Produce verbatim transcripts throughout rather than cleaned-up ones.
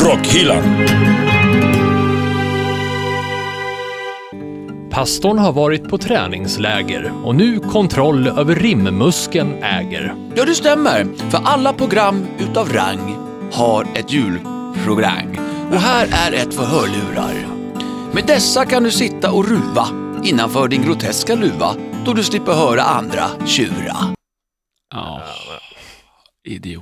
Rockhyllan. Pastorn har varit på träningsläger och nu kontroll över rimmuskeln äger. Ja, det stämmer. För alla program utav rang har ett julprogram. Och här är ett för hörlurar. Med dessa kan du sitta och ruva innanför din groteska luva då du slipper höra andra tjura. Ja, idiot.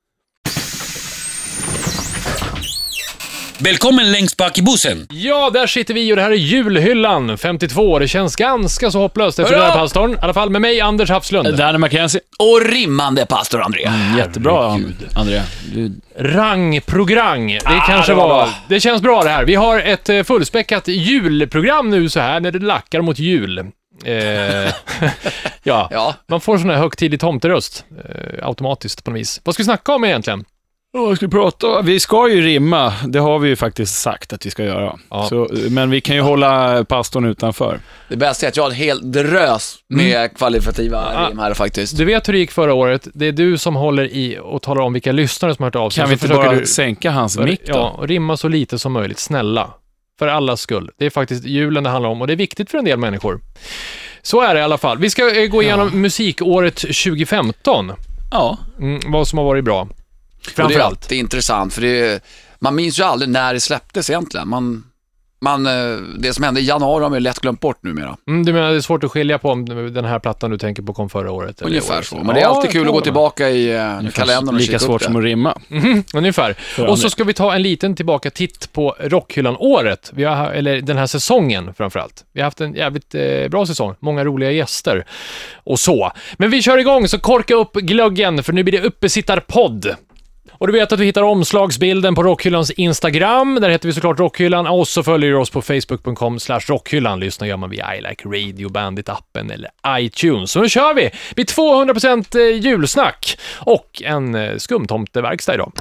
Välkommen längst bak i bussen. Ja, där sitter vi och det här är julhyllan femtiotvå. Det känns ganska så hopplöst efter Hurra! den här pastorn. I alla fall med mig, Anders Hafslund. Danny McKenzie. Och rimmande pastor André. Mm, jättebra, Herregud. André. Du... Rangprograng. Det Ah, kanske det var var... bra. Det känns bra det här. Vi har ett eh, fullspäckat julprogram nu så här när det lackar mot jul. Eh, ja. Ja. Man får sån här högtidlig tomteröst eh, automatiskt på något vis. Vad ska vi snacka om egentligen? Ja, vad ska vi prata? Vi ska ju rimma, det har vi ju faktiskt sagt att vi ska göra. Ja. Så, men vi kan ju hålla pastorn utanför. Det bästa är att jag har en hel drös med Mm. kvalitativa Ah. rim här faktiskt. Du vet hur det gick förra året. Det är du som håller i och talar om vilka lyssnare som har hört av sig. Kan Så vi inte försöker bara du- sänka hans mick då? Ja, och rimma så lite som möjligt, snälla. För allas skull. Det är faktiskt julen det handlar om och det är viktigt för en del människor. Så är det i alla fall. Vi ska eh, gå igenom Ja. musikåret tjugo femton. Ja. Mm, vad som har varit bra. Och det är Framförallt. alltid intressant för det är, man minns ju aldrig när det släpptes egentligen. Man, man, eh, det som hände i januari har man ju lätt glömt bort numera. Mm, du menar det är svårt att skilja på om den här plattan du tänker på kom förra året? eller Ungefär året. så. Men det är alltid Ja, kul att jag gå tror tillbaka i eh, kalendern och Lika kika upp svårt det. som att rimma. det. Mhm, ungefär. För Och så André. ska vi ta en liten tillbaka titt på Rockhyllan-året. Vi har, eller den här säsongen framförallt. Vi har haft en jävligt eh, bra säsong. Många roliga gäster. Och så. Men vi kör igång, så korka upp glöggen för nu blir det uppesittarpodd. Och du vet att du hittar omslagsbilden på Rockhyllans Instagram. Där heter vi såklart Rockhyllan. Och så följer du oss på facebook punkt com slash rockhyllan. Lyssna gör man via I Like Radio, Bandit-appen eller iTunes. Så nu kör vi! Det blir tvåhundra procent julsnack. Och en eh, skumtomteverkstad idag.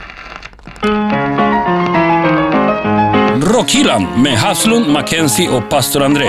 Rockhyllan med Hafslund, McKenzie och pastor André.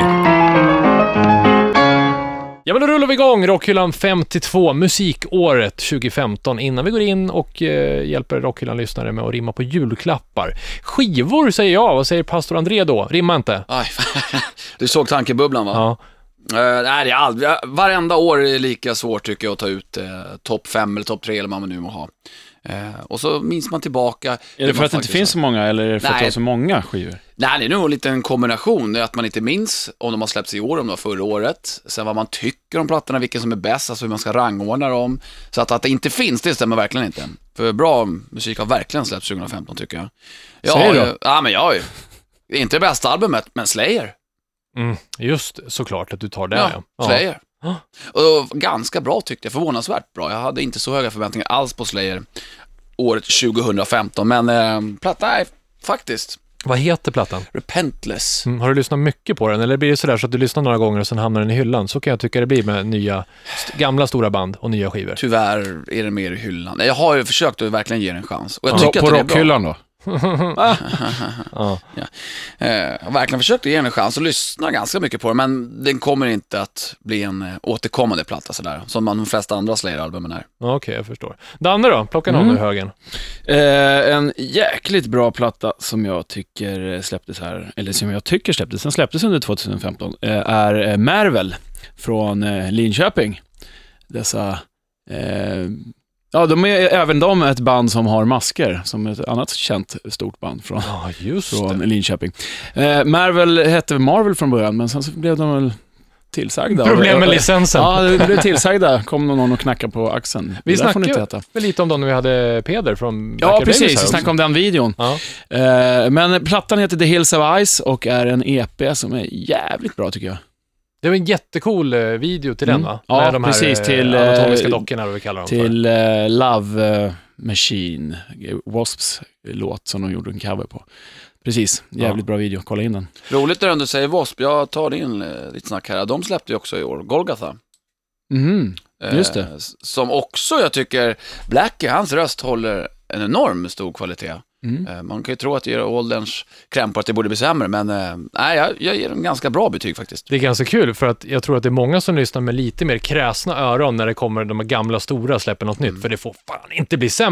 Ja, men då rullar vi igång Rockhyllan femtiotvå, musikåret tjugo femton, innan vi går in och eh, hjälper Rockhyllan-lyssnare med att rimma på julklappar. Skivor säger jag, vad säger pastor André då? Rimma inte. Aj, du såg tankebubblan va? Ja. Uh, nej, det är aldrig, varenda år är det lika svårt tycker jag att ta ut uh, topp fem eller topp tre eller vad man nu må ha. Uh, och så minns man tillbaka. Är det för att det inte finns så många eller är det för att Nej. det har så många skivor? Nej, det är nog lite en kombination. Det är att man inte minns om de har släppts i år, om det var förra året. Sen vad man tycker om plattorna, vilken som är bäst, alltså hur man ska rangordna dem. Så att, att det inte finns, det stämmer verkligen inte. För bra musik har verkligen släppts tjugo femton tycker jag. jag Säger har du? ju, ja, men jag har ju. Det är inte det bästa albumet, men Slayer. Mm, just såklart att du tar det. Ja, Ja. Slayer. Ja. Och ganska bra tyckte jag, förvånansvärt bra. Jag hade inte så höga förväntningar alls på Slayer året tjugo femton, men eh, platta är faktiskt Vad heter plattan? Repentless. Mm, har du lyssnat mycket på den? Eller blir det sådär så att du lyssnar några gånger och sen hamnar den i hyllan? Så kan jag tycka det blir med nya, st- gamla stora band och nya skivor. Tyvärr är det mer i hyllan. Jag har ju försökt att verkligen ge den en chans. Och jag Ja, tycker på att det är bra. Rockhyllan då? Ja. Eh, Jag har verkligen försökt att ge den en chans och lyssna ganska mycket på den, men den kommer inte att bli en eh, återkommande platta sådär, som man de flesta andra Slayer-albumen är. Okej, okay, jag förstår. Danne då? Plocka någon Mm. ur högen. Eh, en jäkligt bra platta som jag tycker släpptes här, eller som jag tycker släpptes, den släpptes under tjugohundrafemton, eh, är eh, Marvel från eh, Linköping. Dessa, eh, ja de är även de ett band som har masker, som ett annat känt stort band från, Ja, just från det. Linköping. Eh, Marvel hette Marvel från början, men sen så blev de väl tillsagda. Problem med licensen. Ja, det blev tillsagda. Kom någon och knackade på axeln. Vi Det där får ni inte snackade heta. väl lite om dem när vi hade Peder från Ja, Black Babies precis. här Vi också. snackade om den videon. Ja. Eh, men plattan heter The Hills of Ice och är en E P som är jävligt bra tycker jag. Det var en jättekul eh, video till Mm. den va? Ja, Med de här precis, eh, till, anatomiska eh, dockorna, vad vi kallar dem Till eh, Love eh, Machine, Wasps låt som de gjorde en cover på. Precis, jävligt Ja. bra video. Kolla in den. Roligt när du ändå säger Wasp, jag tar in eh, ditt snack här. De släppte ju också i år, Golgotha. Mhm, just det. Eh, som också, jag tycker, Blackie, hans röst håller en enorm stor kvalitet. Mm. Eh, man kan ju tro att det ger ålderns krämpor att det borde bli sämre, men eh, nej, jag, jag ger en ganska bra betyg faktiskt. Det är ganska kul för att jag tror att det är många som lyssnar med lite mer kräsna öron när det kommer de här gamla stora släpper något nytt, för det får fan inte bli sämre.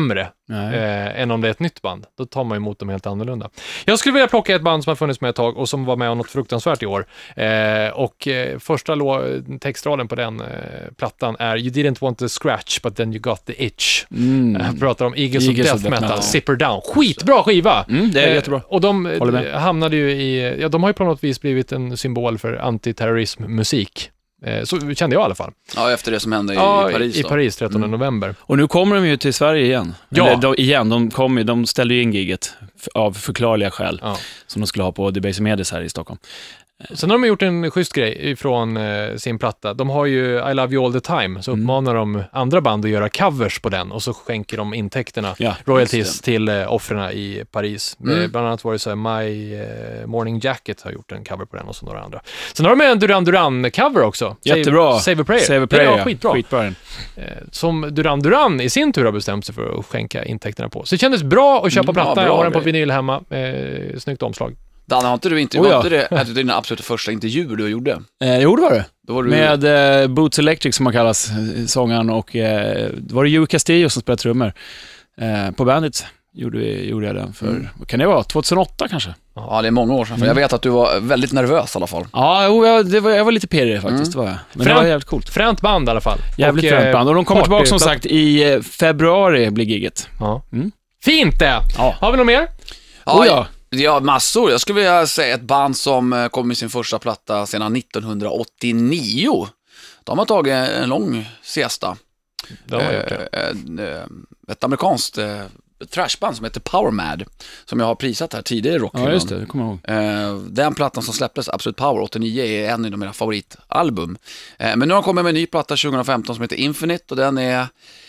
eh, än om det är ett nytt band. Då tar man emot dem helt annorlunda. Jag skulle vilja plocka ett band som har funnits med ett tag och som var med om något fruktansvärt i år. Eh, och eh, första lå- textraden på den eh, plattan är You didn't want to scratch but then you got the itch. Mm. Jag pratar om Eagles, Eagles of of Death Death Metal, Metal. Zipper Down. Skitbra skiva! Mm, det är Eh, jättebra. Och de Håller med. eh, hamnade ju i, ja de har ju på något vis blivit en symbol för antiterrorismmusik. Eh, så kände jag i alla fall. Ja, efter det som hände i, Ja, i Paris i då. Paris trettonde november. Och nu kommer de ju till Sverige igen. Ja. Eller, de, igen, de, kom, ju- de ställde ju in giget f- av förklarliga skäl. Ja. Som de skulle ha på Debaser Medis här i Stockholm. Sen har de gjort en schysst grej från eh, sin platta. De har ju I Love You All The Time, så uppmanar de andra band att göra covers på den och så skänker de intäkterna, Ja, royalties till eh, offren i Paris. Mm. Eh, bland annat var det så här, My eh, Morning Jacket har gjort en cover på den och så några andra. Sen har de en Duran Duran-cover också. Jättebra. Save, Save a Prayer. Save a Prayer, Den är ja. skitbra. Skitbra den. Eh, som Duran Duran i sin tur har bestämt sig för att skänka intäkterna på. Så det kändes bra att köpa Mm, plattan. ja, Jag bra har den på grej. vinyl hemma. Eh, snyggt omslag. Danne, har inte du inte, Oh, var ja. inte det ett av dina absolut första intervjuer du gjorde? Eh, jo, det var det. Då var du... Med eh, Boots Electric som han kallas, eh, sångaren, och eh, det var det Hugh Castillo som spelade trummor. Eh, på Bandit gjorde, vi, gjorde jag den för, Mm. vad kan det vara, tjugohåtta kanske? Ja, det är många år sedan. För jag vet att du var väldigt nervös i alla fall. Ja, jo, jag, det var, jag var lite pirrig faktiskt, Mm. det var jag. Men Fränt- det var jävligt coolt. Fränt band i alla fall. Jävligt Och, fränt eh, band. Och de kommer tillbaka som partyplatta- sagt i eh, februari blir giget. Ja. Mm. Fint det! Ja. Har vi något mer? Ja, Oh, ja. ja, massor. Jag skulle vilja säga ett band som eh, kom med sin första platta sedan nittonhundraåttionio. De har tagit en lång siesta. De har gjort det. Eh, en, eh, ett amerikanskt eh, thrashband som heter Power Mad, som jag har prisat här tidigare i Rockhyllan. Ja, just det, det kommer jag ihåg. Eh, den plattan som släpptes, Absolut Power åttionio, är en av mina favoritalbum. Eh, men nu har de kommit med en ny platta tjugohundrafemton som heter Infinite, och den är...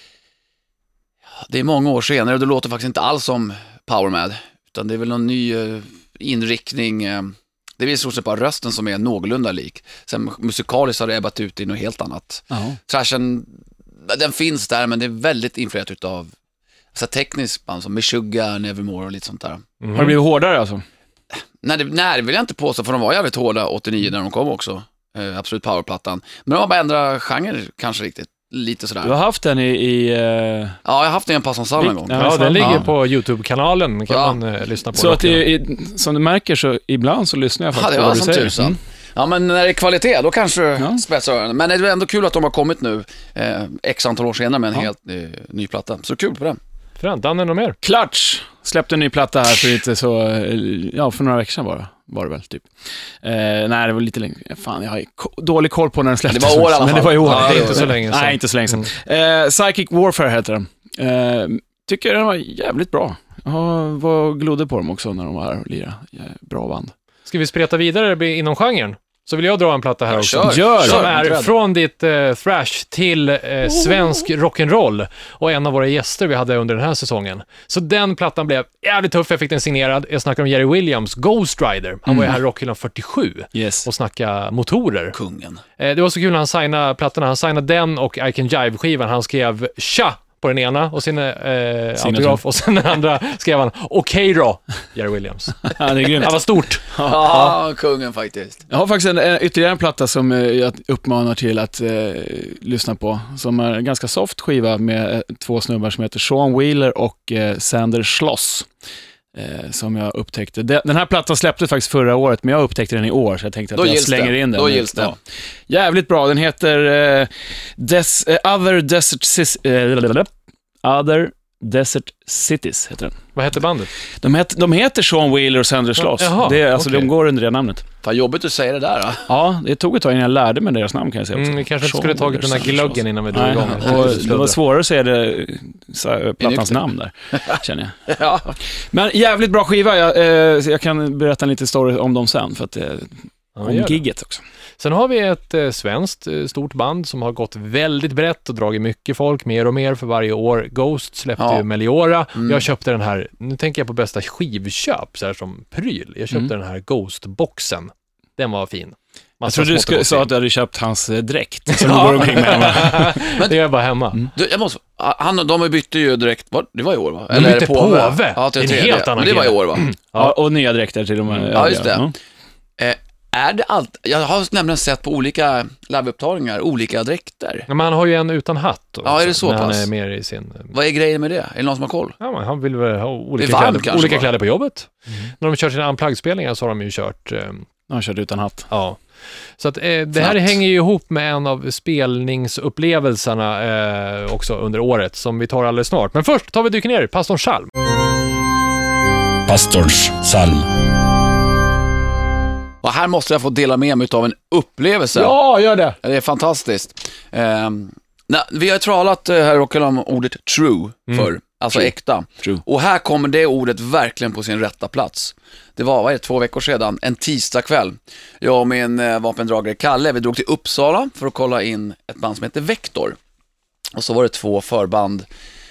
Det är många år senare och det låter faktiskt inte alls som Power Mad, utan det är väl någon ny eh, inriktning. Eh, det är väl i stort sett bara rösten som är någorlunda lik. Sen musikaliskt har det ebbat ut i något helt annat. Ja. Trashen, den finns där, men det är väldigt influerat utav så tekniskt band som Meshuggah, Nevermore och lite sånt där. Mhm. Har det blivit hårdare alltså? Nej, det, nej, det vill jag inte påstå, för de var jävligt hårda åttionio när de kom också. Eh, Absolut Power-plattan. Men de har bara ändrat genre kanske riktigt. Lite sådär. Du har haft den i... i eh, Ja, jag har haft det i en Passon Sound en gång. Ja, Ja, den ligger ja. på YouTube-kanalen. Kan Ja. man eh, lyssna på. så att det, Rockhyllan. i, som du märker så ibland så lyssnar jag Ja, faktiskt det på var vad du som säger. tusan. Mm. Ja, men när det är kvalitet, då kanske Ja. spetsar öronen. Men det är ändå kul att de har kommit nu, eh, x antal år senare med en Ja. helt eh, ny platta. Så kul på den. Fränt. Danne, något mer? Clutch släppte en ny platta här för inte så... eh, Ja, för några veckor sedan bara. Var det väl, typ. Eh, nej, det var lite längre. Fan, jag har ko- dålig koll på när den släpptes. Det var år i alla Men det fall. var i år. Ja, det är det inte var så det. länge sedan. Nej, inte så länge sedan. Eh, Psychic Warfare heter den. Eh, tycker den var jävligt bra. Jag var glodde på dem också när de var här och lirade. Ja, bra band. Ska vi spreta vidare inom genren? Så vill jag dra en platta här Ja, också. kör. Gör det. Som Kör, är inträd. från ditt eh, thrash till eh, svensk rock'n'roll och en av våra gäster vi hade under den här säsongen. Så den plattan blev jävligt tuff, jag fick den signerad. Jag snackar om Jerry Williams, Ghost Rider. Han var ju här i Rockhyllan fyrtiosju Yes. och snackade motorer. Kungen. Eh, det var så kul när han signade plattorna. Han signade den och I Can Jive-skivan. Han skrev Tja på den ena och sin eh, autograf, och sen den andra skrev han Okej då, Jerry Williams. Ja, det är grymt. Det var stort. Ja, kungen faktiskt. Jag har faktiskt en, en, ytterligare en platta som eh, jag uppmanar till att eh, lyssna på. Som är en ganska soft skiva med eh, två snubbar som heter Sean Wheeler och eh, Sander Schloss. Eh, som jag upptäckte. Den, den här plattan släpptes faktiskt förra året, men jag upptäckte den i år, så jag tänkte att Då jag gills slänger det. in den. Då gills det. Ja. Jävligt bra. Den heter eh, Des, eh, Other Desert Cis- eh, Other Desert Cities heter den. Vad hette bandet? De, het, de heter Sean Wheeler och Sander Schloss. Jaha, det är, alltså, okej. de går under det namnet. Fan, jobbigt att säga det där då. Ja, det tog ett tag innan jag lärde mig deras namn, kan jag säga också. Mm, vi kanske inte Sean skulle tagit Wheeler, den här Sander gluggen Schloss. innan vi drog Nej, igång. och det var svårare att säga det, så, plattans nykter. namn där, känner jag. Ja. Men jävligt bra skiva. Jag, eh, så jag kan berätta en liten story om dem sen, för att, eh, Ja, om gör det. gigget också. Sen har vi ett eh, svenskt eh, stort band som har gått väldigt brett och dragit mycket folk, mer och mer för varje år. Ghost släppte Ja. ju Meliora. Mm. Jag köpte den här, nu tänker jag på bästa skivköp så här som pryl. Jag köpte Mm. den här Ghost-boxen. Den var fin. Jag Massa trodde du smått och skulle, gott sa i. att du hade köpt hans eh, dräkt, som du går omkring med. Det är bara hemma. Mm. Du, jag måste, han, de bytte ju direkt, var, det var i år va? De bytte påve. Ja, till Det är en tredje. helt annan Men det var i kille. år va? Ja, och nya dräkter till de här. Ja, just det. Ja. Eh, Är det allt? Jag har nämligen sett på olika liveupptagningar olika dräkter. Men han har ju en utan hatt. Också, Ja, är det så när han pass? är mer i sin... Vad är grejen med det? Är det någon som har koll? Ja, men han vill väl ha olika, Det är varmt kläder, kanske olika bara. kläder på jobbet. Mm. När de kör sina unplugged-spelningar så har de ju kört... Eh, Han körde utan hatt. ja. Så att, eh, det här Fnatt. hänger ju ihop med en av spelningsupplevelserna eh, också under året som vi tar alldeles snart. Men först tar vi dyker ner i Pastorn Psalm. Pastorns psalm. Och här måste jag få dela med mig av en upplevelse. Ja, gör det! Det är fantastiskt. Um, na, vi har ju talat uh, här och om ordet true för, alltså True. äkta. True. Och här kommer det ordet verkligen på sin rätta plats. Det var, vad är det, två veckor sedan, en tisdagkväll. Jag och min uh, vapendragare Kalle, vi drog till Uppsala för att kolla in ett band som heter Vector. Och så var det två förband.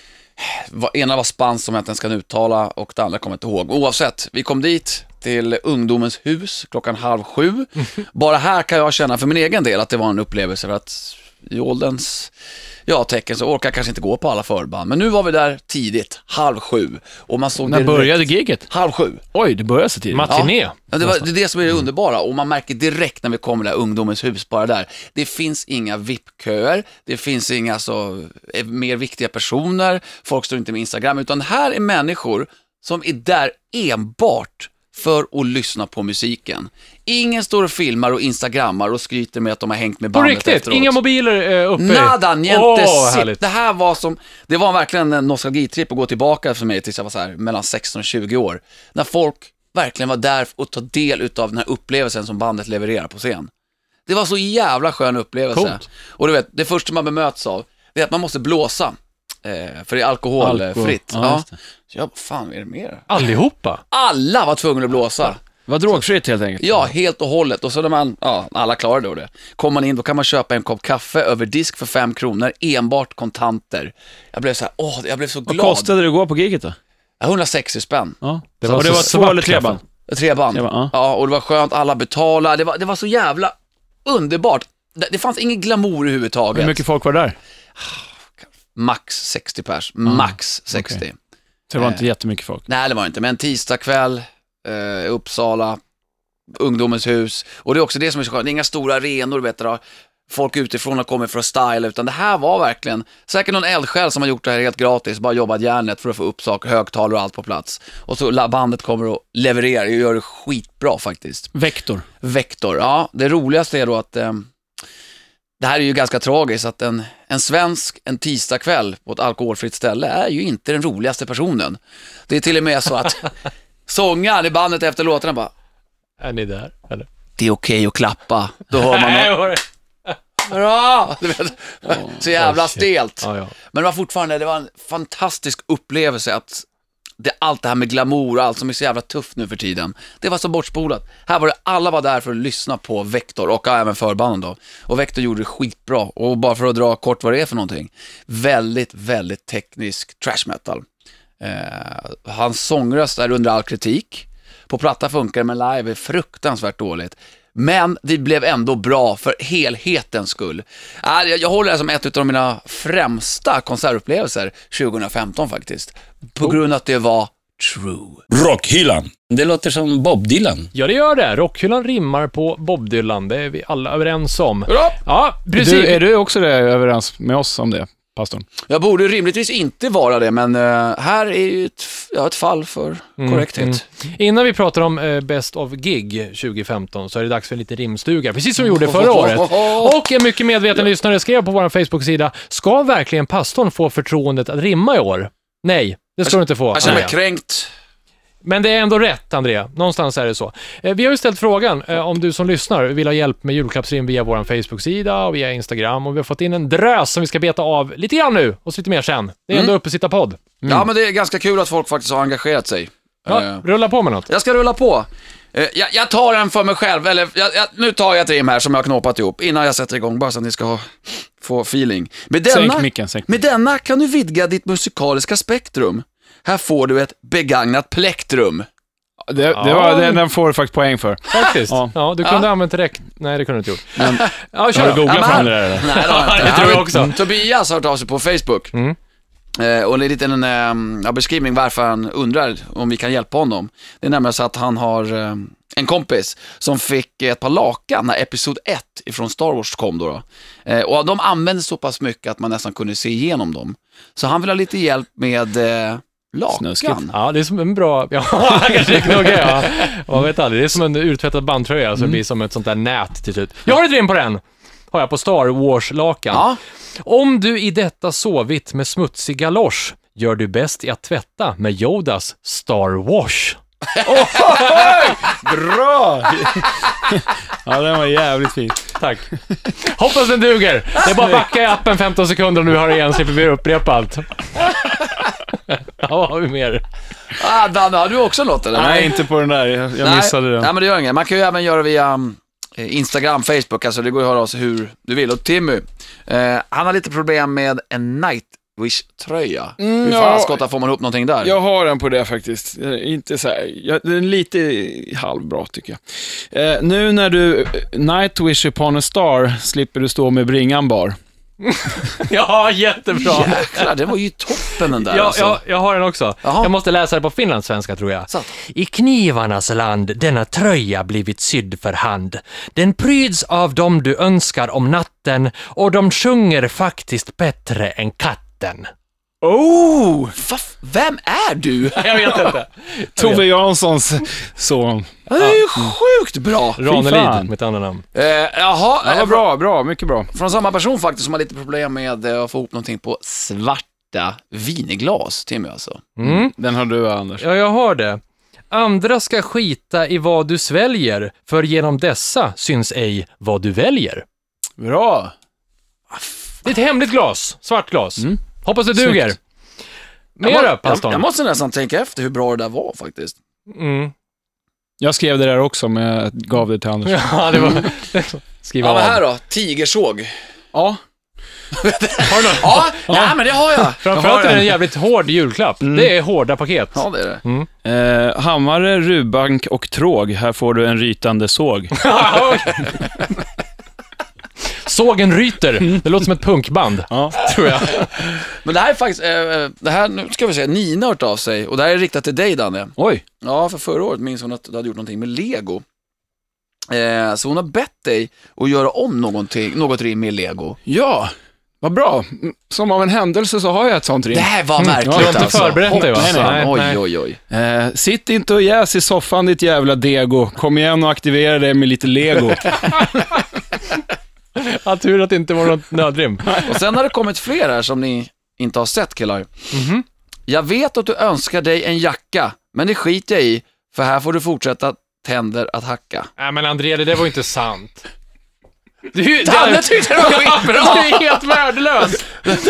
Ena var spansk som jag inte ens kan uttala och det andra kommer jag inte ihåg. Oavsett, vi kom dit till Ungdomens hus klockan halv sju. Bara här kan jag känna för min egen del att det var en upplevelse för att i ålderns ja, tecken så orkar jag kanske inte gå på alla förband. Men nu var vi där tidigt, halv sju. Och man såg När direkt- började giget? Halv sju. Oj, det började så tidigt. Matiné. Ja, det, var, det är det som är det underbara. Och man märker direkt när vi kommer där Ungdomens hus bara där. Det finns inga V I P-köer. Det finns inga så eh, mer viktiga personer. Folk står inte med Instagram. Utan här är människor som är där enbart för att lyssna på musiken. Ingen står och filmar och instagrammar och skryter med att de har hängt med På bandet riktigt, efteråt. inga mobiler eh, uppe. Nada, niente, Åh, shit. härligt. Det här var som, det var verkligen en nostalgitripp att gå tillbaka för mig tills jag var så här mellan sexton och tjugo år. När folk verkligen var där och ta del utav den här upplevelsen som bandet levererar på scen. Det var så jävla skön upplevelse. Coolt. Och du vet, det första man bemöts av, det är att man måste blåsa. Eh, för det är alkoholfritt. Alko- ja, Ja, just det. Så jag, fan, är det mer? Allihopa. Alla var tvungna att blåsa. Det var drogfritt helt enkelt. Ja, helt och hållet. Och så när man, ja, alla klarade då det. Kommer man in, då kan man köpa en kopp kaffe över disk för fem kronor, enbart kontanter. Jag blev så här, åh, jag blev så Vad glad. kostade det att gå på giget då? hundrasextio spänn. Ja. Det Så var och det så var svart två eller tre kaffe. band? Tre band. Tre band, ja. Ja, och det var skönt, alla betalade. Det var, det var så jävla underbart. Det, det fanns ingen glamour överhuvudtaget. Hur mycket folk var där? Max sextio pers. Max sextio. okej. Så det var inte Eh. jättemycket folk. Nej, det var inte. Men tisdag kväll, eh, Uppsala, Ungdomens hus. Och det är också det som är så skönt. Det är inga stora arenor, vet du. Folk utifrån har kommit för att styla, utan det här var verkligen säkert någon eldsjäl som har gjort det här helt gratis, bara jobbat järnet för att få upp saker, högtalare och allt på plats. Och så la- bandet kommer och levererar och gör det skitbra faktiskt. Vector. Vector, ja, det roligaste är då att eh, det här är ju ganska tragiskt att en, en svensk en tisdagkväll på ett alkoholfritt ställe är ju inte den roligaste personen. Det är till och med så att sångaren i bandet efter låtarna bara, Är ni där? Eller? det är okej att klappa. Då hör man Nej, något, var det? bra! Du vet, så jävla oh, shit. stelt. Ja, ja. Men det var fortfarande, det var en fantastisk upplevelse att det, allt det här med glamour och allt som är så jävla tufft nu för tiden, det var så bortspolat. Här var det, alla var där för att lyssna på Vector och även förbanden då. Och Vector gjorde det skitbra. Och bara för att dra kort vad det är för någonting. Väldigt, väldigt teknisk trash metal. Eh, hans sångröst är under all kritik. På platta funkar det, men live är fruktansvärt dåligt. Men det blev ändå bra för helhetens skull. Äh, Jag, jag håller det som ett av mina främsta konsertupplevelser tjugohundrafemton faktiskt. På grund av att det var true. Rockhyllan. Det låter som Bob Dylan. Ja, det gör det. Rockhyllan rimmar på Bob Dylan. Det är vi alla överens om. Bra. Ja, precis. Du, är du också det, överens med oss om det, pastorn? Jag borde rimligtvis inte vara det, men uh, här är ju ett, ja, ett fall för korrekthet. mm. Innan vi pratar om eh, Best of Gig tjugo femton så är det dags för en liten rimstuga, precis som vi gjorde förra året. Och en mycket medveten lyssnare skrev på vår Facebook-sida: ska verkligen pastorn få förtroendet att rimma i år? Nej, det ska du inte få, Jag känner mig Andrea. kränkt. Men det är ändå rätt, Andrea. Någonstans är det så. Eh, vi har ju ställt frågan eh, om du som lyssnar vill ha hjälp med julklappsrim via vår Facebook-sida och via Instagram, och vi har fått in en drös som vi ska beta av lite grann nu och så lite mer sen. Det är ändå uppe sitta podd. Ja, men det är ganska kul att folk faktiskt har engagerat sig. Ja, Eh, rulla på med något. Jag ska rulla på. Eh, jag, jag tar den för mig själv, eller jag, jag, nu tar jag ett rim här som jag har knåpat ihop innan jag sätter igång, bara så att ni ska ha, få feeling. Med denna, Sänk micken, sänk med denna kan du vidga ditt musikaliska spektrum. Här får du ett begagnat plektrum. Det, det var, den, den får du faktiskt poäng för. Faktiskt. Ja, Ja. du kunde Ja. använt direkt. Nej, det kunde du inte gjort. Men, Ja, har kör du då. googlat Ja, men- fram det där eller? Nej, det har jag inte. Det tror jag också. Tobias har hört av sig på Facebook. Mm. Eh, och det är en liten eh, ja, beskrivning varför han undrar om vi kan hjälpa honom. Det är nämligen så att han har eh, en kompis som fick ett par lakan när episod ett ifrån Star Wars kom då. då. Eh, och de använde så pass mycket att man nästan kunde se igenom dem. Så han vill ha lite hjälp med eh, lakan. Snuskigt. Ja, det är som en bra... Ja, kanske det knuggar, ja. Jag vet aldrig. Det är som en urtvättad bandtröja, så det blir som ett sånt där nät till slut. Jag har ett rim på den! Har jag på Star Wars-lakan. Ja. Om du i detta sovit med smutsig galosch, gör du bäst i att tvätta med Yodas Star Wars. Bra! Ja, den var jävligt fin. Tack. Hoppas den duger. Det är bara att backa i appen femton sekunder och nu har det igen, slipper vi upprepa allt. Ja, vad har vi mer? Ah, Danne, har du också låt eller? Nej, inte på den där. Jag, jag Nej. missade den. Nej, men det gör inget. Man kan ju även göra via eh, Instagram, Facebook. Alltså det går att höra oss hur du vill. Och Timmy, eh, han har lite problem med en Nightwish-tröja. Mm, hur ja. fan skottar får man ihop någonting där? Jag har den på det faktiskt. Inte så här, jag, den är lite halvbra tycker jag. Eh, nu när du Nightwish upon a star slipper du stå med bringan bar. Ja, jättebra. Jäklar, det var ju toppen den där. Ja, alltså. ja, jag har den också. Jaha. Jag måste läsa det på finlandssvenska, tror jag. Så. I knivarnas land denna tröja blivit sydd för hand. Den pryds av dem du önskar om natten, och de sjunger faktiskt bättre än katten. Oh! Va, vem är du? Jag vet inte. Tove Janssons son. Det är ju sjukt bra. Ranelid, mitt andra namn. Eh, jaha, Ja, eh, bra, bra, mycket bra. från samma person faktiskt som har lite problem med eh, att få ihop någonting på svarta vineglas, Timmy alltså. Mm. Den har du, Anders. Ja, jag har det. Andra ska skita i vad du sväljer, för genom dessa syns ej vad du väljer. Bra. Det är ett hemligt glas, svart glas. Mm. Hoppas det duger. Snyggt. Jag, Mera, må, jag, pastorn. jag måste nästan tänka efter hur bra det där var faktiskt. Mm. Jag skrev det där också, men jag gav det till Anders. Ja, det var... Skriva Ja, av. men här då, tigersåg. Ja. Har du något? Ja, nej men det har jag. Framförallt är det en jävligt hård julklapp. Mm. Det är hårda paket. Ja, det är det. Eh, hammare, rubbank och tråg. Här får du en rytande såg. Sågen ryter. Det låter som ett punkband, Ja. tror jag. Men det här är faktiskt, eh, det här, nu ska vi säga, Nina har hört av sig. Och det här är riktat till dig, Danne. Oj. Ja, för förra året minns hon att du hade gjort någonting med Lego. Eh, så hon har bett dig att göra om någonting, något rim med Lego. Ja, vad bra. Som av en händelse så har jag ett sånt rim. Det här var Mm, märkligt jag har inte alltså. förberett dig, va? Hoppsan. Nej, Oj, nej. oj, oj. Eh, sitt inte och jäs i soffan, ditt jävla dego. Kom igen och aktivera dig med lite Lego. Ja, tur att det inte var något nödrim. Och sen har det kommit fler här som ni inte har sett, killar. Mhm. Jag vet att du önskar dig en jacka, men det skiter jag i, för här får du fortsätta tänder att hacka. Nej, men André, det där var inte sant. Du, Danne tyckte det var skitbra! Du är helt värdelös.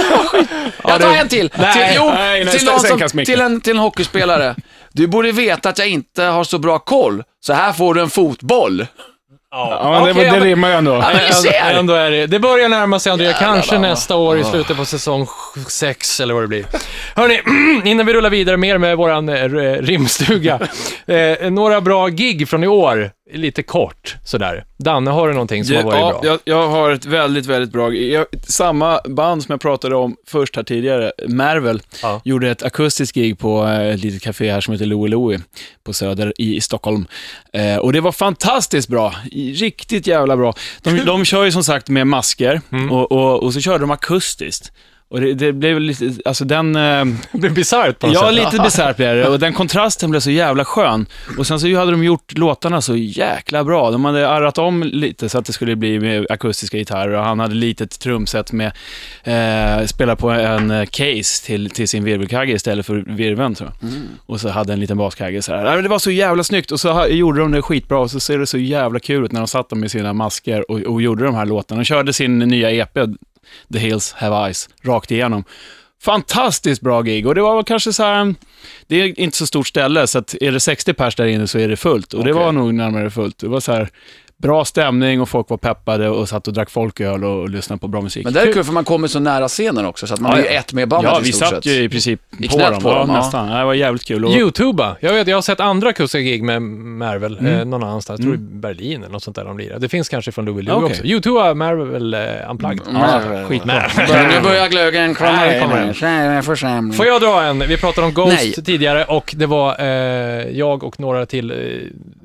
Jag tar en till. Nej, till jo, nej, nej, till, någon som, sänkas mycket. till, en, till en hockeyspelare. Du borde veta att jag inte har så bra koll, så här får du en fotboll. Ja, men det, Okej, det ja, men- rimmar ju ändå. Ja, men ni ser. Ändå är det, det börjar närma sig, André. Jävlar, Kanske va? nästa år i slutet på säsong sex eller vad det blir. Hörrni, innan vi rullar vidare mer med våran eh, rimstuga. Eh, några bra gig från i år. Lite kort, sådär. Danne, har du någonting som har varit ja, bra? jag, jag har ett väldigt, väldigt bra... Jag, samma band som jag pratade om först här tidigare, Marvel, Ja. gjorde ett akustiskt gig på eh, ett litet café här som heter Louie Louie på Söder i, i Stockholm. Eh, och det var fantastiskt bra. Riktigt jävla bra. De, de kör ju som sagt med masker och, och, och så körde de akustiskt. Och det, det blev lite, alltså den... Eh, Det blir bisarrt på något Ja, sätt. lite bisarrt blev det. Och den kontrasten blev så jävla skön. Och sen så hade de gjort låtarna så jäkla bra. De hade arrat om lite så att det skulle bli med akustiska gitarrer. Och han hade litet trumset med... Eh, spela på en case till, till sin virvelkagge istället för virveln, tror jag. Mm. Och så hade en liten baskagge så här. Nej, men det var så jävla snyggt. Och så ha, gjorde de det skitbra. Och så ser det så jävla kul ut när de satt dem med sina masker och, och gjorde de här låtarna. De körde sin nya E P, The Hills Have Eyes, rakt igenom. Fantastiskt bra gig. Och det var kanske så här, det är inte så stort ställe, så att är det sextio pers där inne så är det fullt. Och det Okej. var nog närmare fullt. Det var så här bra stämning och folk var peppade och satt och drack folköl och, och lyssnade på bra musik. Men det är kul för man kommer så nära scenen också, så att man Ja, är ju ja. ett med bandet Ja, i vi stort satt sett. ju i princip I på knät dem. på ja, dem, ja. nästan. Det var jävligt kul. Och, YouTuba. Jag vet, jag har sett andra akustiska gig med Marvel, Mm. eh, någon annanstans. Jag tror i Berlin eller något sånt där de lirar. Det finns kanske från Louie Louie Okej. också. YouTuba, Marvel, eh, Unplugged. Mm. skitbra. Nu börjar glöggen komma Nej, in. kommer Tjena, församling. Får jag dra en? Vi pratade om Ghost Nej. tidigare och det var eh, jag och några till eh,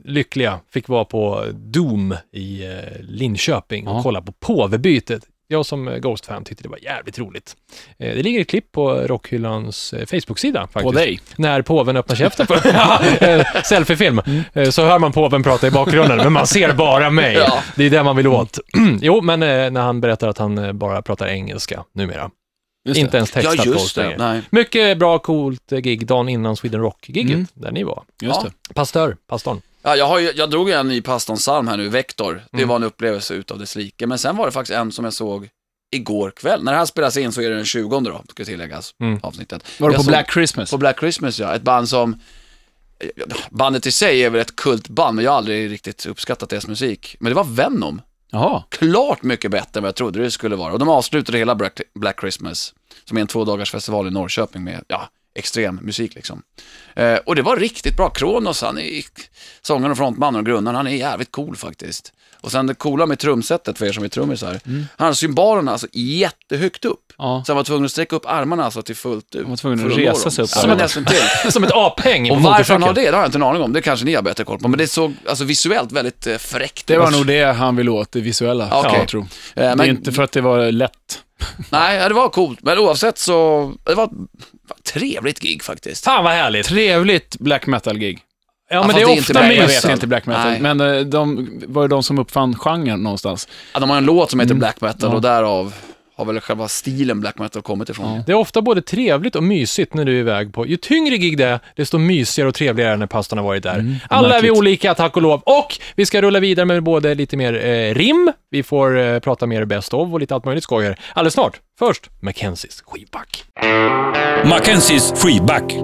lyckliga fick vara på Doom i eh, Linköping och Ja. kolla på påvebytet. Jag som eh, Ghost-fan tyckte det var jävligt roligt. Eh, det ligger ett klipp på Rockhyllans eh, Facebook-sida faktiskt. På dig. När påven öppnar käften för ja, eh, selfiefilm. Eh, så hör man påven prata i bakgrunden, men man ser bara mig. Ja. Det är det man vill åt. jo, men eh, när han berättar att han eh, bara pratar engelska numera. Just det. Inte ens textat Ja, just Ghost det. längre. Nej. Mycket bra, coolt eh, gig dagen innan Sweden Rock-giget, Mm. där ni var. Just Ja. det. Pastör, pastorn. Ja, jag, har ju, jag drog ju en ny pastorns psalm här nu, Vektor. Det Mm. var en upplevelse utav dess like. Men sen var det faktiskt en som jag såg igår kväll. När det här spelas in så är det den tjugonde då, ska tilläggas, Mm. avsnittet. Var det Jag på såg- Black Christmas? På Black Christmas, ja. Ett band som... Bandet i sig är väl ett kultband, men jag har aldrig riktigt uppskattat deras musik. Men det var Venom. Jaha. Klart mycket bättre än vad jag trodde det skulle vara. Och de avslutade hela Black, Black Christmas, som är en två dagars festival i Norrköping med, ja, extrem musik liksom. Eh, och det var riktigt bra. Kronos, han är sångaren och frontmannen och grundaren, han är jävligt cool faktiskt. Och sen det coola med trumsetet för er som är trummisar, mm. han har symbolerna alltså jättehögt upp. Ja. Så han var tvungen att sträcka upp armarna alltså till fullt ut. Han var tvungen för att nå resa dem. sig upp. Som en nästan till. Som ett aphäng på Och varför han har motorcykeln. det, det har jag inte en aning om. Det kanske ni har bättre koll på. Men det såg alltså visuellt väldigt eh, fräckt. Det var nog det han ville åt, det visuella. Okej. Ja, jag tror. Eh, Det men, är inte för att det var lätt. Nej, ja, det var coolt. Men oavsett så, det var ett trevligt gig faktiskt. Fan vad härligt. Trevligt black metal-gig. Ja, Ja, men fast det är det är inte ofta black Nej, jag mysigt. vet inte black metal. Nej. Men eh, de var ju de som uppfann genren någonstans. Ja, de har en låt som heter Black Metal Ja. och därav har väl själva stilen Black Metal kommit ifrån. Ja. Det är ofta både trevligt och mysigt när du är iväg på. Ju tyngre gig det är, desto mysigare och trevligare när pastorn har varit där. Mm, Alla är vi märkligt. olika, tack och lov. Och vi ska rulla vidare med både lite mer eh, rim, vi får eh, prata mer best of och lite allt möjligt skojar. Alldeles snart. Först, Mackenzies skivback. Mackenzies freeback.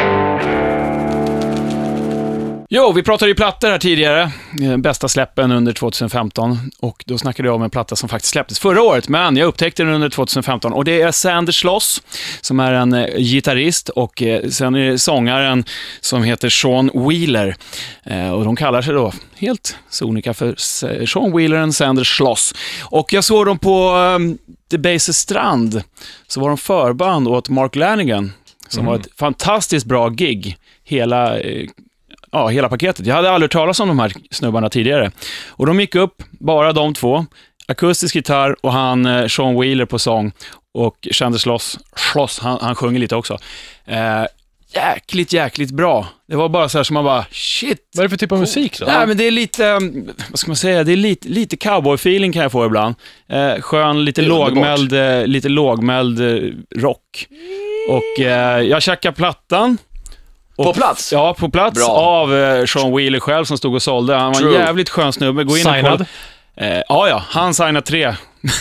Jo, vi pratade ju plattor här tidigare. Eh, Bästa släppen under tjugohundrafemton. Och då snackade jag om en platta som faktiskt släpptes förra året. Men jag upptäckte den under tjugohundrafemton. Och det är Sander Schloss, som är en eh, gitarrist. Och eh, sen är det sångaren som heter Sean Wheeler. Eh, och de kallar sig då helt sonika för S- Sean Wheeler and Sander Schloss. Och jag såg dem på eh, The Bases Strand. Så var de förband åt Mark Lanigan. Som var ett fantastiskt bra gig. Hela... Eh, Ja, hela paketet. Jag hade aldrig hört talas om de här snubbarna tidigare. Och de gick upp, bara de två. Akustisk gitarr och han eh, Sean Wheeler på sång. Och Sander Schloss, Schloss han, han sjunger lite också. Eh, jäkligt, jäkligt bra. Det var bara så här som man bara, shit. Vad är det för typ av musik då? Nej, men det är lite, um, vad ska man säga, det är lite, lite cowboy-feeling kan jag få ibland. Eh, skön, lite Det är underbart. lågmäld, eh, lite lågmäld eh, rock. Och eh, jag checkade plattan. På Och- plats? Ja, på plats Bra. av eh, Sean Wheeler själv som stod och sålde. Han var True. en jävligt skön snubbe. Gå in och Signad? kolla. Eh, ja, ja, han signade tre.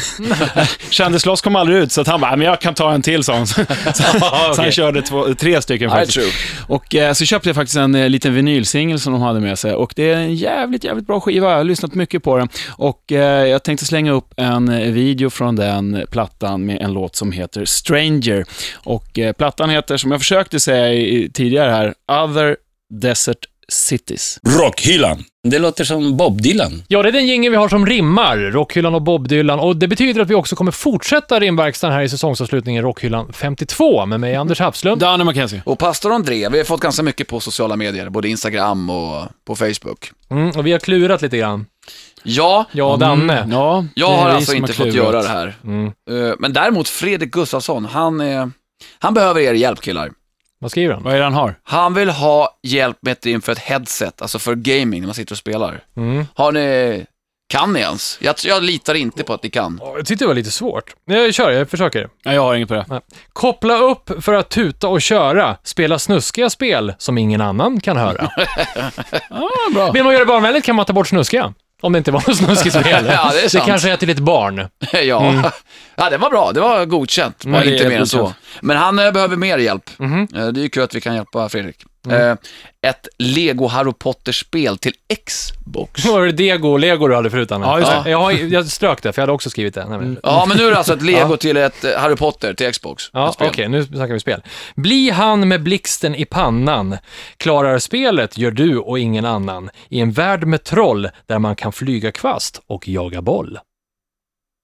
Kändes loss kom aldrig ut, så att han bara, men jag kan ta en till sån. så, så han okej. körde två, tre stycken Nej, faktiskt. true. Och eh, så köpte jag faktiskt en eh, liten vinylsingel som de hade med sig. Och det är en jävligt, jävligt bra skiva. Jag har lyssnat mycket på den. Och eh, jag tänkte slänga upp en eh, video från den plattan med en låt som heter Stranger. Och eh, plattan heter, som jag försökte säga i, tidigare här, Other Desert Cities. Rockhyllan. Det låter som Bob Dylan. Ja, det är den gängen vi har som rimmar, Rockhyllan och Bob Dylan. Och det betyder att vi också kommer fortsätta rimverkstan här i säsongsavslutningen Rockhyllan femtiotvå med mig, Anders Hapslund. Danne Mackenzie. Och pastor André, vi har fått ganska mycket på sociala medier, både Instagram och på Facebook. Mm, och vi har klurat lite grann. Ja, Jag och Danne. Mm, ja, jag det är har vi alltså som inte fått klurat. göra det här. Mm. Eh, Men däremot Fredrik Gustafsson, han, är, han behöver er hjälp killar. Vad skriver han? Vad är det han har? Han vill ha hjälp med ett inför ett headset, alltså för gaming när man sitter och spelar. Mm. Har ni, kan ni ens? Jag, jag litar inte på att ni kan. Jag tyckte det var lite svårt. Jag kör, jag försöker. Nej, jag har inget på det. Nej. Koppla upp för att tuta och köra. Spela snuskiga spel som ingen annan kan höra. Ja, bra. Vill man göra det barnvänligt kan man ta bort snuskiga. Om det inte var något snuskigt spel. Ja, det är sant. kanske är till ett barn. Ja. ja, det var bra. Det var godkänt. Mm, Bara det är inte mer än godkänt. så. Men han eh, behöver mer hjälp. Mhm. Eh, det är ju kul att vi kan hjälpa Fredrik. Eh, ett Lego Harry Potter-spel till Xbox. Var det Dego och Lego du hade förut, Anna? Ja, just det. Jag, har, jag strök det, för jag hade också skrivit det. Nej, men... Ja, men nu är det alltså ett Lego till ett eh, Harry Potter till Xbox. Ja, Ett spel. okej, nu snackar vi spel. Bli han med blixten i pannan. Klarar spelet gör du och ingen annan. I en värld med troll där man kan flyga kvast och jaga boll.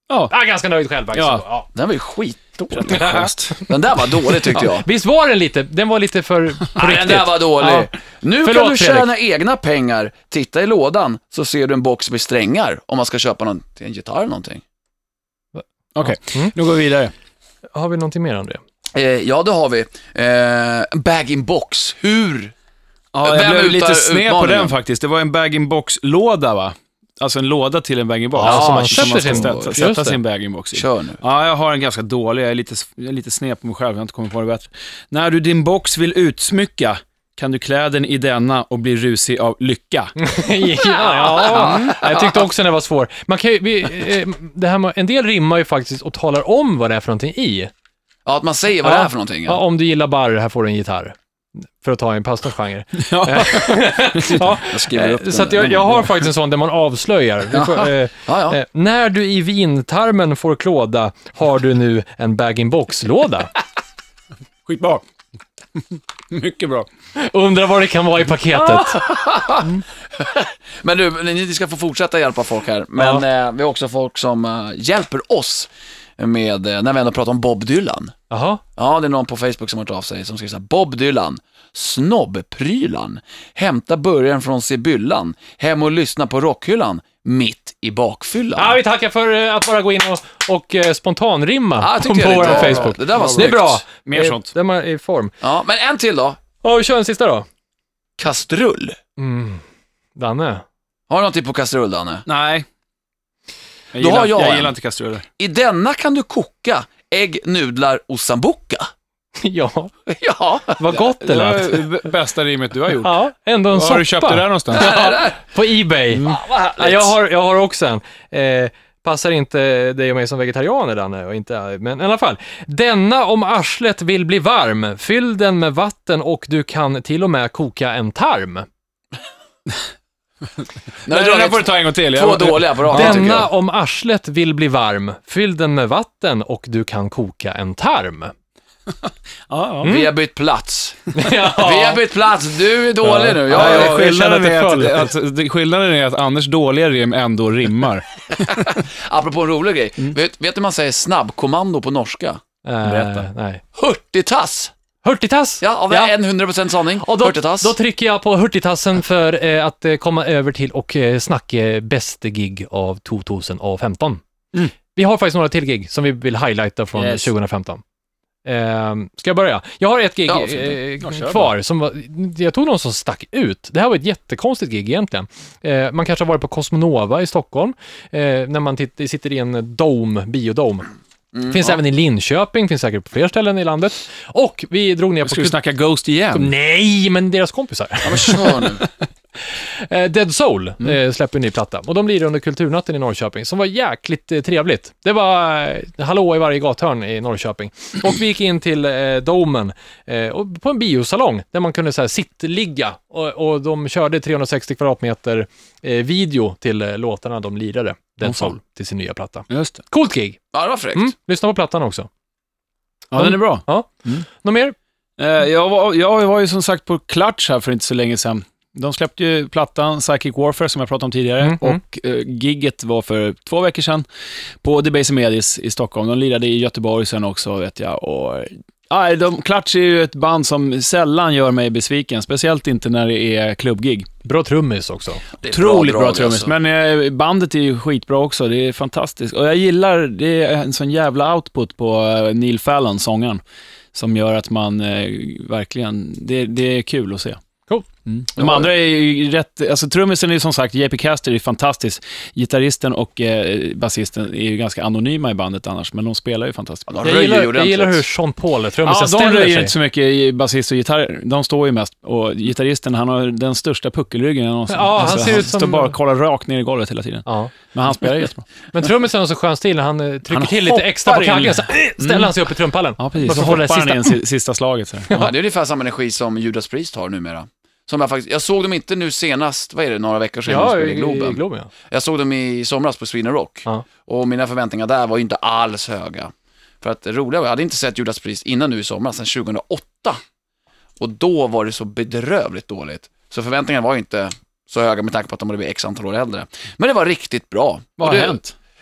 Ja. Jag är ganska nöjd själv faktiskt. Ja. Ja. Den var ju skitdålig. Den där var dålig tyckte jag. Visst var den lite, den var lite för på Ja, den riktigt. där var dålig. Ja. Nu Förlåt, kan du Fredrik. tjäna egna pengar. Titta i lådan så ser du en box med strängar om man ska köpa någon, en gitarr eller någonting. Okej, Mm. nu går vi vidare. Har vi någonting mer, André? Eh, ja, det har vi. Eh, en bag-in-box. Hur? Ja, Vem jag blev utar lite sned på utmaningen? den faktiskt. Det var en bag-in-box-låda, va? Alltså en låda till en bag-in-box. Ja, som man som sätter ska sin- sätta, just sätta det. sin bag-in-box i. Kör nu. Ja, jag har en ganska dålig. Jag är lite, jag är lite sned på mig själv. Jag har inte kommit på det bättre. När du din box vill utsmycka kan du klä den i denna och bli rusig av lycka. ja, ja. Jag tyckte också den var svår. Man kan ju, vi, eh, det här med, en del rimmar ju faktiskt och talar om vad det är för någonting i. Ja, att man säger vad Ja. det är för någonting. Ja, Ja. om du gillar barr, här får du en gitarr. För att ta en pastorsgenre. Ja. Ja. Jag skriver upp Eh, den. Så att jag, jag har faktiskt en sån där man avslöjar. Vi får, eh, Ja, ja. eh, när du i vintarmen får klåda har du nu en bag-in-box-låda. Skitbra. Mycket bra. Undrar vad det kan vara i paketet. Men du, ni ska få fortsätta hjälpa folk här. Men eh, vi har också folk som eh, hjälper oss med, eh, när vi ändå pratar om Bob Dylan. Jaha. Ja, det är någon på Facebook som har hört av sig som skriver så här: Bob Dylan, snobbprylan, hämta burgaren från Sibyllan, hem och lyssna på rockhyllan, mitt i bakfyllan. Ja, vi tackar för eh, att bara gå in och, och eh, spontanrimma Ja, jag på tyckte det vår var- Facebook. det där var Det är snyggt. bra. Mer Eh, sånt. Den är i form. Ja, men en till då. Ja, vi kör en sista då. Kastrull. Mm. Danne. Har du någonting på kastrull, Danne? Nej. Jag Då gillar, har jag jag en. gillar inte kastruller. I denna kan du koka ägg, nudlar och sambuca. Ja, Ja, vad gott det Det var lät. det bästa rimmet du har gjort. Ja, ändå en Var soppa. har du köpt det där någonstans? där är det. På eBay. Vad härligt. Ja, jag, har, jag har också en. Eh, passar inte dig och mig som vegetarianer, Danne, och inte, men i alla fall. Denna om arslet vill bli varm, fyll den med vatten och du kan till och med koka en tarm. Nu Nej, drar den här vi får du ta en gång till. två Jag- dåliga på raden, tycker Denna jag. om arslet vill bli varm, fyll den med vatten och du kan koka en tarm. Ja, ja. Vi har bytt plats. Ja. Vi har bytt plats. Du är dålig nu. Ja, Jag, ja, jag, skillnaden, känner är att det att, att, det- skillnaden är att Anders dåliga rim ändå rimmar. apropå en rolig grej. Vet, vet du man säger snabbkommando på norska? Eh, Berätta. nej. Hurtigtass. Hurtigtass. Ja, av Ja. en hundra procent sanning. Och då, Hurtigtass. då trycker jag på hurtigtassen för eh, att eh, komma över till och eh, snacka bästa gig av tjugohundrafemton. Mm. Vi har faktiskt några till gig som vi vill highlighta från Yes. tjugohundrafemton. Eh, ska jag börja? Jag har ett gig Ja, eh, fint. Ja, kör kvar som var, jag tog någon som stack ut. Det här var ett jättekonstigt gig egentligen. Eh, man kanske har varit på Cosmonova i Stockholm eh, när man titt- sitter i en dome, biodome. Mm, Finns ja. även i Linköping, finns säkert på fler ställen i landet. Och vi drog ner på... Ska du snacka Ghost igen? Nej, men deras kompisar. Ja, men kör nu. Eh, Dead Soul Mm. eh, släpper en ny platta. Och de lirar under Kulturnatten i Norrköping, som var jäkligt eh, trevligt. Det var eh, hallå i varje gathörn i Norrköping. Och vi gick in till eh, Domen eh, och på en biosalong där man kunde så här, sittligga. Och, och de körde trehundrasextio kvadratmeter eh, video till eh, låtarna de lirade. Dead Åh, fan. Soul till sin nya platta. Just det. Coolt gig. Ja, det var fräckt. Mm. Lyssna på plattan också. Ja, den är bra. Något mer? Eh, jag, var, jag var ju som sagt på Clutch här för inte så länge sedan. De släppte ju plattan Psychic Warfare som jag pratade om tidigare Mm, mm. och eh, gigget var för två veckor sedan på Debase Medis i Stockholm. De lirade i Göteborg sen också, vet jag. Och, ja, de, Clutch är ju ett band som sällan gör mig besviken, speciellt inte när det är klubbgig. Bra trummis också. Det är Otroligt bra, drag, trummis, alltså. men eh, bandet är ju skitbra också, det är fantastiskt. Och jag gillar, det är en sån jävla output på eh, Neil Fallon, sångaren, som gör att man eh, verkligen, det, det är kul att se. Cool. Mm. De andra är ju rätt, alltså trummisen är ju som sagt, J P Caster är fantastisk. Gitarristen och eh, basisten är ju ganska anonyma i bandet annars, men de spelar ju fantastiskt. Ja, de Jag röjer gillar, ju jag ordentligt. gillar hur Sean Paul, trummisen, Ja, de ställer röjer sig. inte så mycket i basist och gitarr. De står ju mest. Och gitarristen, han har den största puckelryggen jag någonsin. Ja, han ser han ut som- står bara och kollar rakt ner i golvet hela tiden. Ja. Men han spelar jättebra. Men trummisen har så skön stil när han eh, trycker Han till lite extra på hoppar in. kaggen, så äh, ställer han sig upp i trumpallen. Ja, precis. Och Så så håller hoppar han sista... in si- sista slaget. Så. Ja, det är ungefär samma energi som Judas Priest har numera. Som jag, faktiskt, jag såg dem inte nu senast, vad är det, några veckor sedan de Ja, spelade i i Globen. i Globen, ja. Jag såg dem i somras på Sweden Rock. Ja. Och mina förväntningar där var ju inte alls höga. För att det roliga var, jag hade inte sett Judas Priest innan nu i somras, sedan tjugohundraåtta. Och då var det så bedrövligt dåligt. Så förväntningarna var ju inte så höga med tanke på att de hade blivit x antal år äldre. Men det var riktigt bra. Vad Och har det, hänt?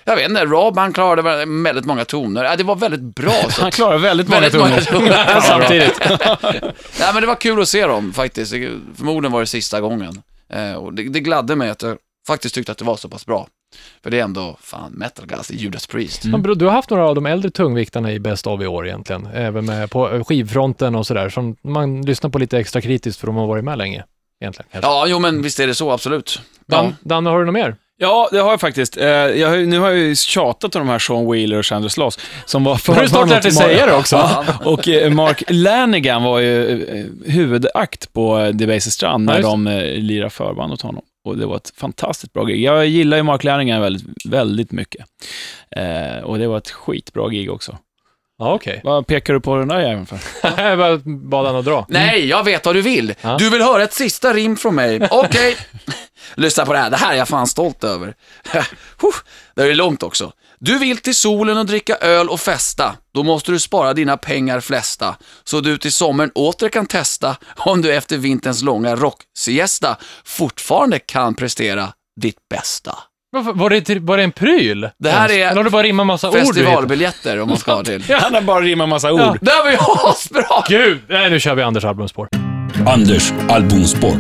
Jag vet inte, Rob han klarade väldigt många toner. Ja, det var väldigt bra. Så. Han klarade väldigt många Väldigt många toner. toner. Samtidigt. Nej, men det var kul att se dem faktiskt. Förmodligen var det sista gången. Eh, och det, det gladde mig att jag faktiskt tyckte att det var så pass bra. För det är ändå, fan, metal gas i Judas Priest. Mm. Men du har haft några av de äldre tungviktarna i Best of i år egentligen. Även med på skivfronten och sådär. Som man lyssnar på lite extra kritiskt för de har varit med länge. Egentligen, ja, jo men visst är det så, absolut. Dan, Ja. Danne, har du något mer? Ja, det har jag faktiskt. Eh, jag har, ju- nu har jag ju tjatat om de här Sean Wheeler och Chandler Sloss som var för Har du snart lärt dig säga det också? Ja, och eh, Mark Lanigan var ju eh, huvudakt på eh, Debaser Strand när Ja, just de eh, lirade förband åt honom. Och det var ett fantastiskt bra gig. Jag gillar ju Mark Lanigan väldigt, väldigt mycket. Eh, och det var ett skitbra gig också. Ja, okej. Vad pekar du på den där jäveln för? Jag bara bad han att dra. Nej, jag vet vad du vill. Ja. Du vill höra ett sista rim från mig. Okej. Lyssna på det här. Det här är jag fan stolt över. Huh, det är långt också. Du vill till solen och dricka öl och festa. Då måste du spara dina pengar flesta. Så du till sommaren åter kan testa om du efter vinterns långa rock-siesta fortfarande kan prestera ditt bästa. Varför, var, det, till- var det en pryl? Det här är Eller har du bara rimmat massa ord? du hittar? Festivalbiljetter om man ska ha till. Han har bara rimmat massa ord. Ja. Det var ju asbra! Gud! Nej, nu kör vi Anders albumspår. Anders albumspår.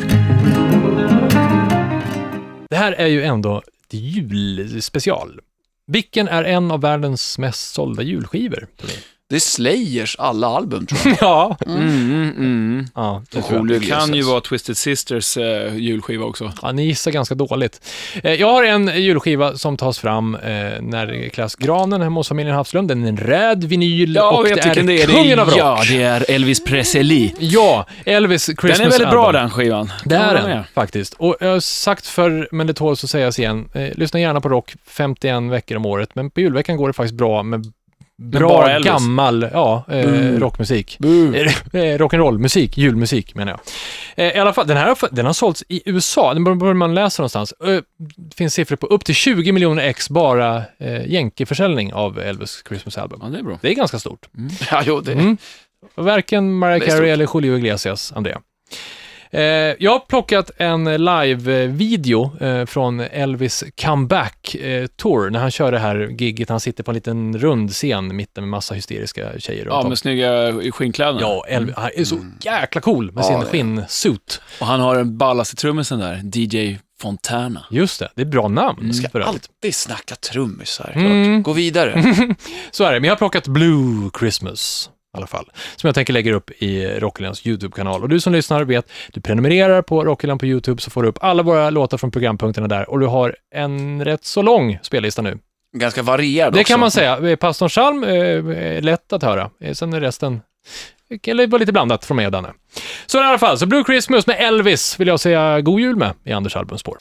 Det här är ju ändå ett julspecial. Vilken är en av världens mest sålda julskivor? Tror ni? Det är Slayers alla album, tror jag. Ja. Mm, mm. Ja, det tror jag. Det kan ju vara Twisted Sisters eh, julskiva också. Ja, ni gissar ganska dåligt. Eh, jag har en julskiva som tas fram eh, när Klass Granen hemma hos familjen Havslund. Den är en röd vinyl Ja, och vet det är vilken det är. kungen av rock. Ja, det är Elvis Presley. Ja, Elvis Christmas Den är väldigt bra album. den skivan. Det är Ja, den, med. faktiskt. Och jag har sagt förr, men det tåls att sägas igen. Eh, lyssna gärna på rock femtioen veckor om året, men på julveckan går det faktiskt bra med bra, bara Elvis. gammal ja, eh, rockmusik. Eh, rock'n'roll-musik, julmusik menar jag. Eh, I alla fall, den här har, den har sålts i U S A, den bör man läsa någonstans. Eh, det finns siffror på upp till tjugo miljoner ex bara eh, jänkeförsäljning av Elvis Christmas album. Ja, det är bra. Det är ganska stort. Ja, jo, det Mm. Varken Mariah Det är stort. Carey eller Julio Iglesias, Andrea. Eh, jag har plockat en live-video eh, från Elvis comeback eh, tour när han kör det här gigget. Han sitter på en liten rund scen mitten med massa hysteriska tjejer runt Ja, om. med snygga skinnkläder. Ja, Elvis, han är så jäkla cool med Ja, sin det är. skinnsuit. Och han har en ballaste trummisen där, D J Fontana. Just det, det är bra namn. ska för övrigt. alltid snacka trummisar. Mm. Klart. Gå vidare. Så är det, men jag har plockat Blue Christmas i alla fall, som jag tänker lägga upp i Rockylands YouTube-kanal. Och du som lyssnar vet, du prenumererar på Rockyland på YouTube så får du upp alla våra låtar från programpunkterna där och du har en rätt så lång spellista nu. Ganska varierad Det också. kan man säga. Pastorn Salm är lätt att höra. Eh, Sen är resten eller bara lite blandat från mig och Danne. Så i alla fall, så Blue Christmas med Elvis vill jag säga god jul med i Anders albumspår.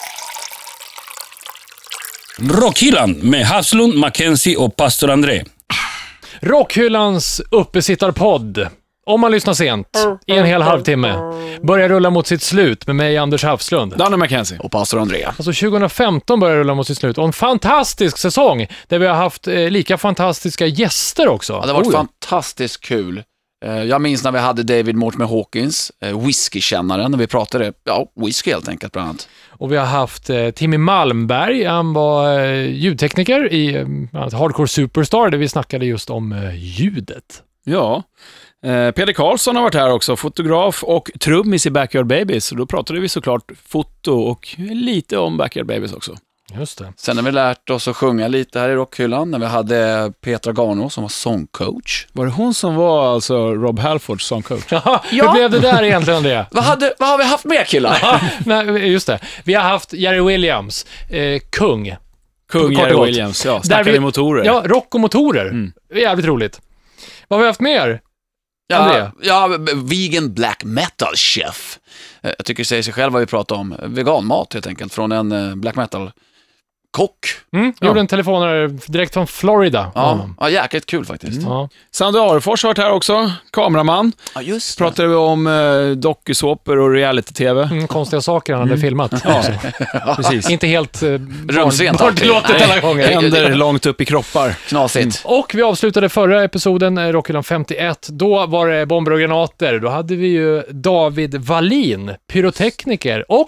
Rockhyllan med Havslund, Mackenzie och Pastor André. Rockhyllans uppesittarpodd. Om man lyssnar sent, i en hel halvtimme, börjar rulla mot sitt slut med mig, Anders Havslund. Danne McKenzie. Och pastor Andrea. Alltså tjugohundrafemton börjar rulla mot sitt slut och en fantastisk säsong där vi har haft eh, lika fantastiska gäster också. Ja, det har varit Oh, ja. fantastiskt kul. Eh, Jag minns när vi hade David Mortimer Hawkins, eh, whiskykännaren, när vi pratade, ja, whisky helt enkelt bland annat. Och vi har haft eh, Timmy Malmberg, han var eh, ljudtekniker i eh, Hardcore Superstar där vi snackade just om eh, ljudet. Ja. Eh, Peder Karlsson har varit här också, fotograf och trummis i Backyard Babies. Och då pratade vi såklart foto och lite om Backyard Babies också. Just det. Sen har vi lärt oss att sjunga lite här i Rockhyllan när vi hade Petra Garno som var sångcoach. Var det hon som var alltså Rob Halfords sångcoach? Jaha, Ja. hur blev det där egentligen, Andrea? Vad, hade, vad har vi haft med killar? Ja, nej, just det. Vi har haft Jerry Williams, eh, kung. Kung Kort och Jerry gott. Williams, ja. Där Snackade vi- motorer. Ja, rock och motorer. Mm. Det är jävligt roligt. Vad har vi haft mer? Andrea? Ja, ja, vegan black metal chef. Eh, Jag tycker det säger sig själv vad vi pratar om. Veganmat helt enkelt från en eh, black metal kock. Mm, Ja. gjorde en telefonare direkt från Florida. Ja, ja jäkligt kul faktiskt. Ja. Sandra Arefors har varit här också, kameraman. Ja, just Pratade vi om eh, dokusåpor och reality-tv. Mm, konstiga saker han hade filmat. Ja, precis. Inte helt eh, Rumsrent barn- alltid. barntillåtet Nej. alla gånger. Händer långt upp i kroppar. Knasigt. Och vi avslutade förra episoden, eh, Rockhyllan femtioett. Då var det bomber och granater. Då hade vi ju David Wallin, pyrotekniker och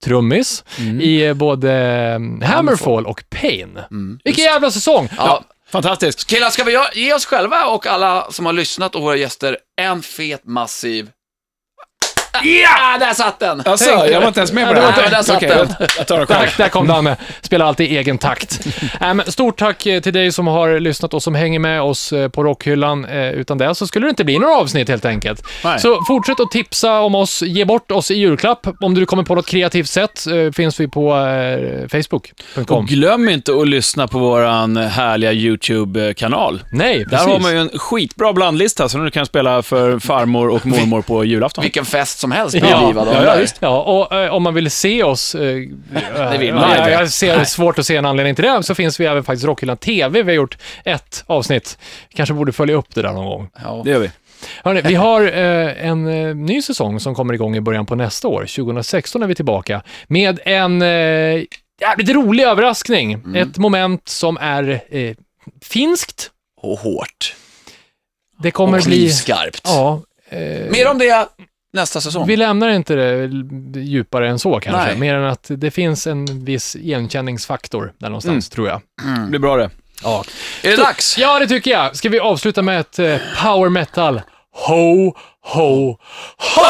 trummis Mm. i eh, både eh, Hammerfall och Pain. Mm. Vilken jävla säsong! Ja. Fantastiskt. Killar, ska vi göra- ge oss själva och alla som har lyssnat och våra gäster en fet, massiv... Ja, där satt den! Alltså, jag var inte ens med på Ja, det det var här. inte- där satt Okej, den. jag- Jag tar det själv. Tack, där kom Danne. Spelar alltid i egen takt. äh, men stort tack eh, till dig som har lyssnat och som hänger med oss eh, på Rockhyllan. Eh, utan det så skulle det inte bli några avsnitt helt enkelt. Nej. Så fortsätt att tipsa om oss, ge bort oss i julklapp. Om du kommer på något kreativt sätt eh, finns vi på eh, facebook punkt com. Och glöm inte att lyssna på våran härliga YouTube-kanal. Nej, Där precis. har man ju en skitbra blandlista som du kan spela för farmor och mormor på julafton. Vilken fest som helst blir Ja, livad av ja, det ja, där. visst. Ja, och eh, om man vill se oss, eh, vill ja, man jag, inte. jag ser svårt att se en anledning till det, så finns vi även faktiskt Rockhyllan T V. Vi har gjort ett avsnitt. Kanske borde följa upp det där någon gång. Ja. Det gör vi. Hörrni, vi har eh, en eh, ny säsong som kommer igång i början på nästa år. tjugo sexton är vi tillbaka med en eh, jävligt rolig överraskning. Mm. Ett moment som är eh, finskt. Och hårt. Det kommer Och bli... knivskarpt. Ja. Eh, Mer om det nästa säsong. Vi lämnar inte det djupare än så kanske. Nej. Mer än att det finns en viss igenkänningsfaktor där någonstans, tror jag. Det blir bra det. Ja. Är det dags? Ja, det tycker jag. Ska vi avsluta med ett eh, power metal? Ho, ho, ho!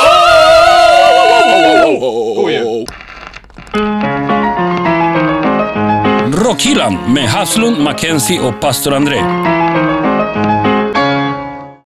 God jul. Rockhyllan med Haslund, Mackenzie och Pastor André.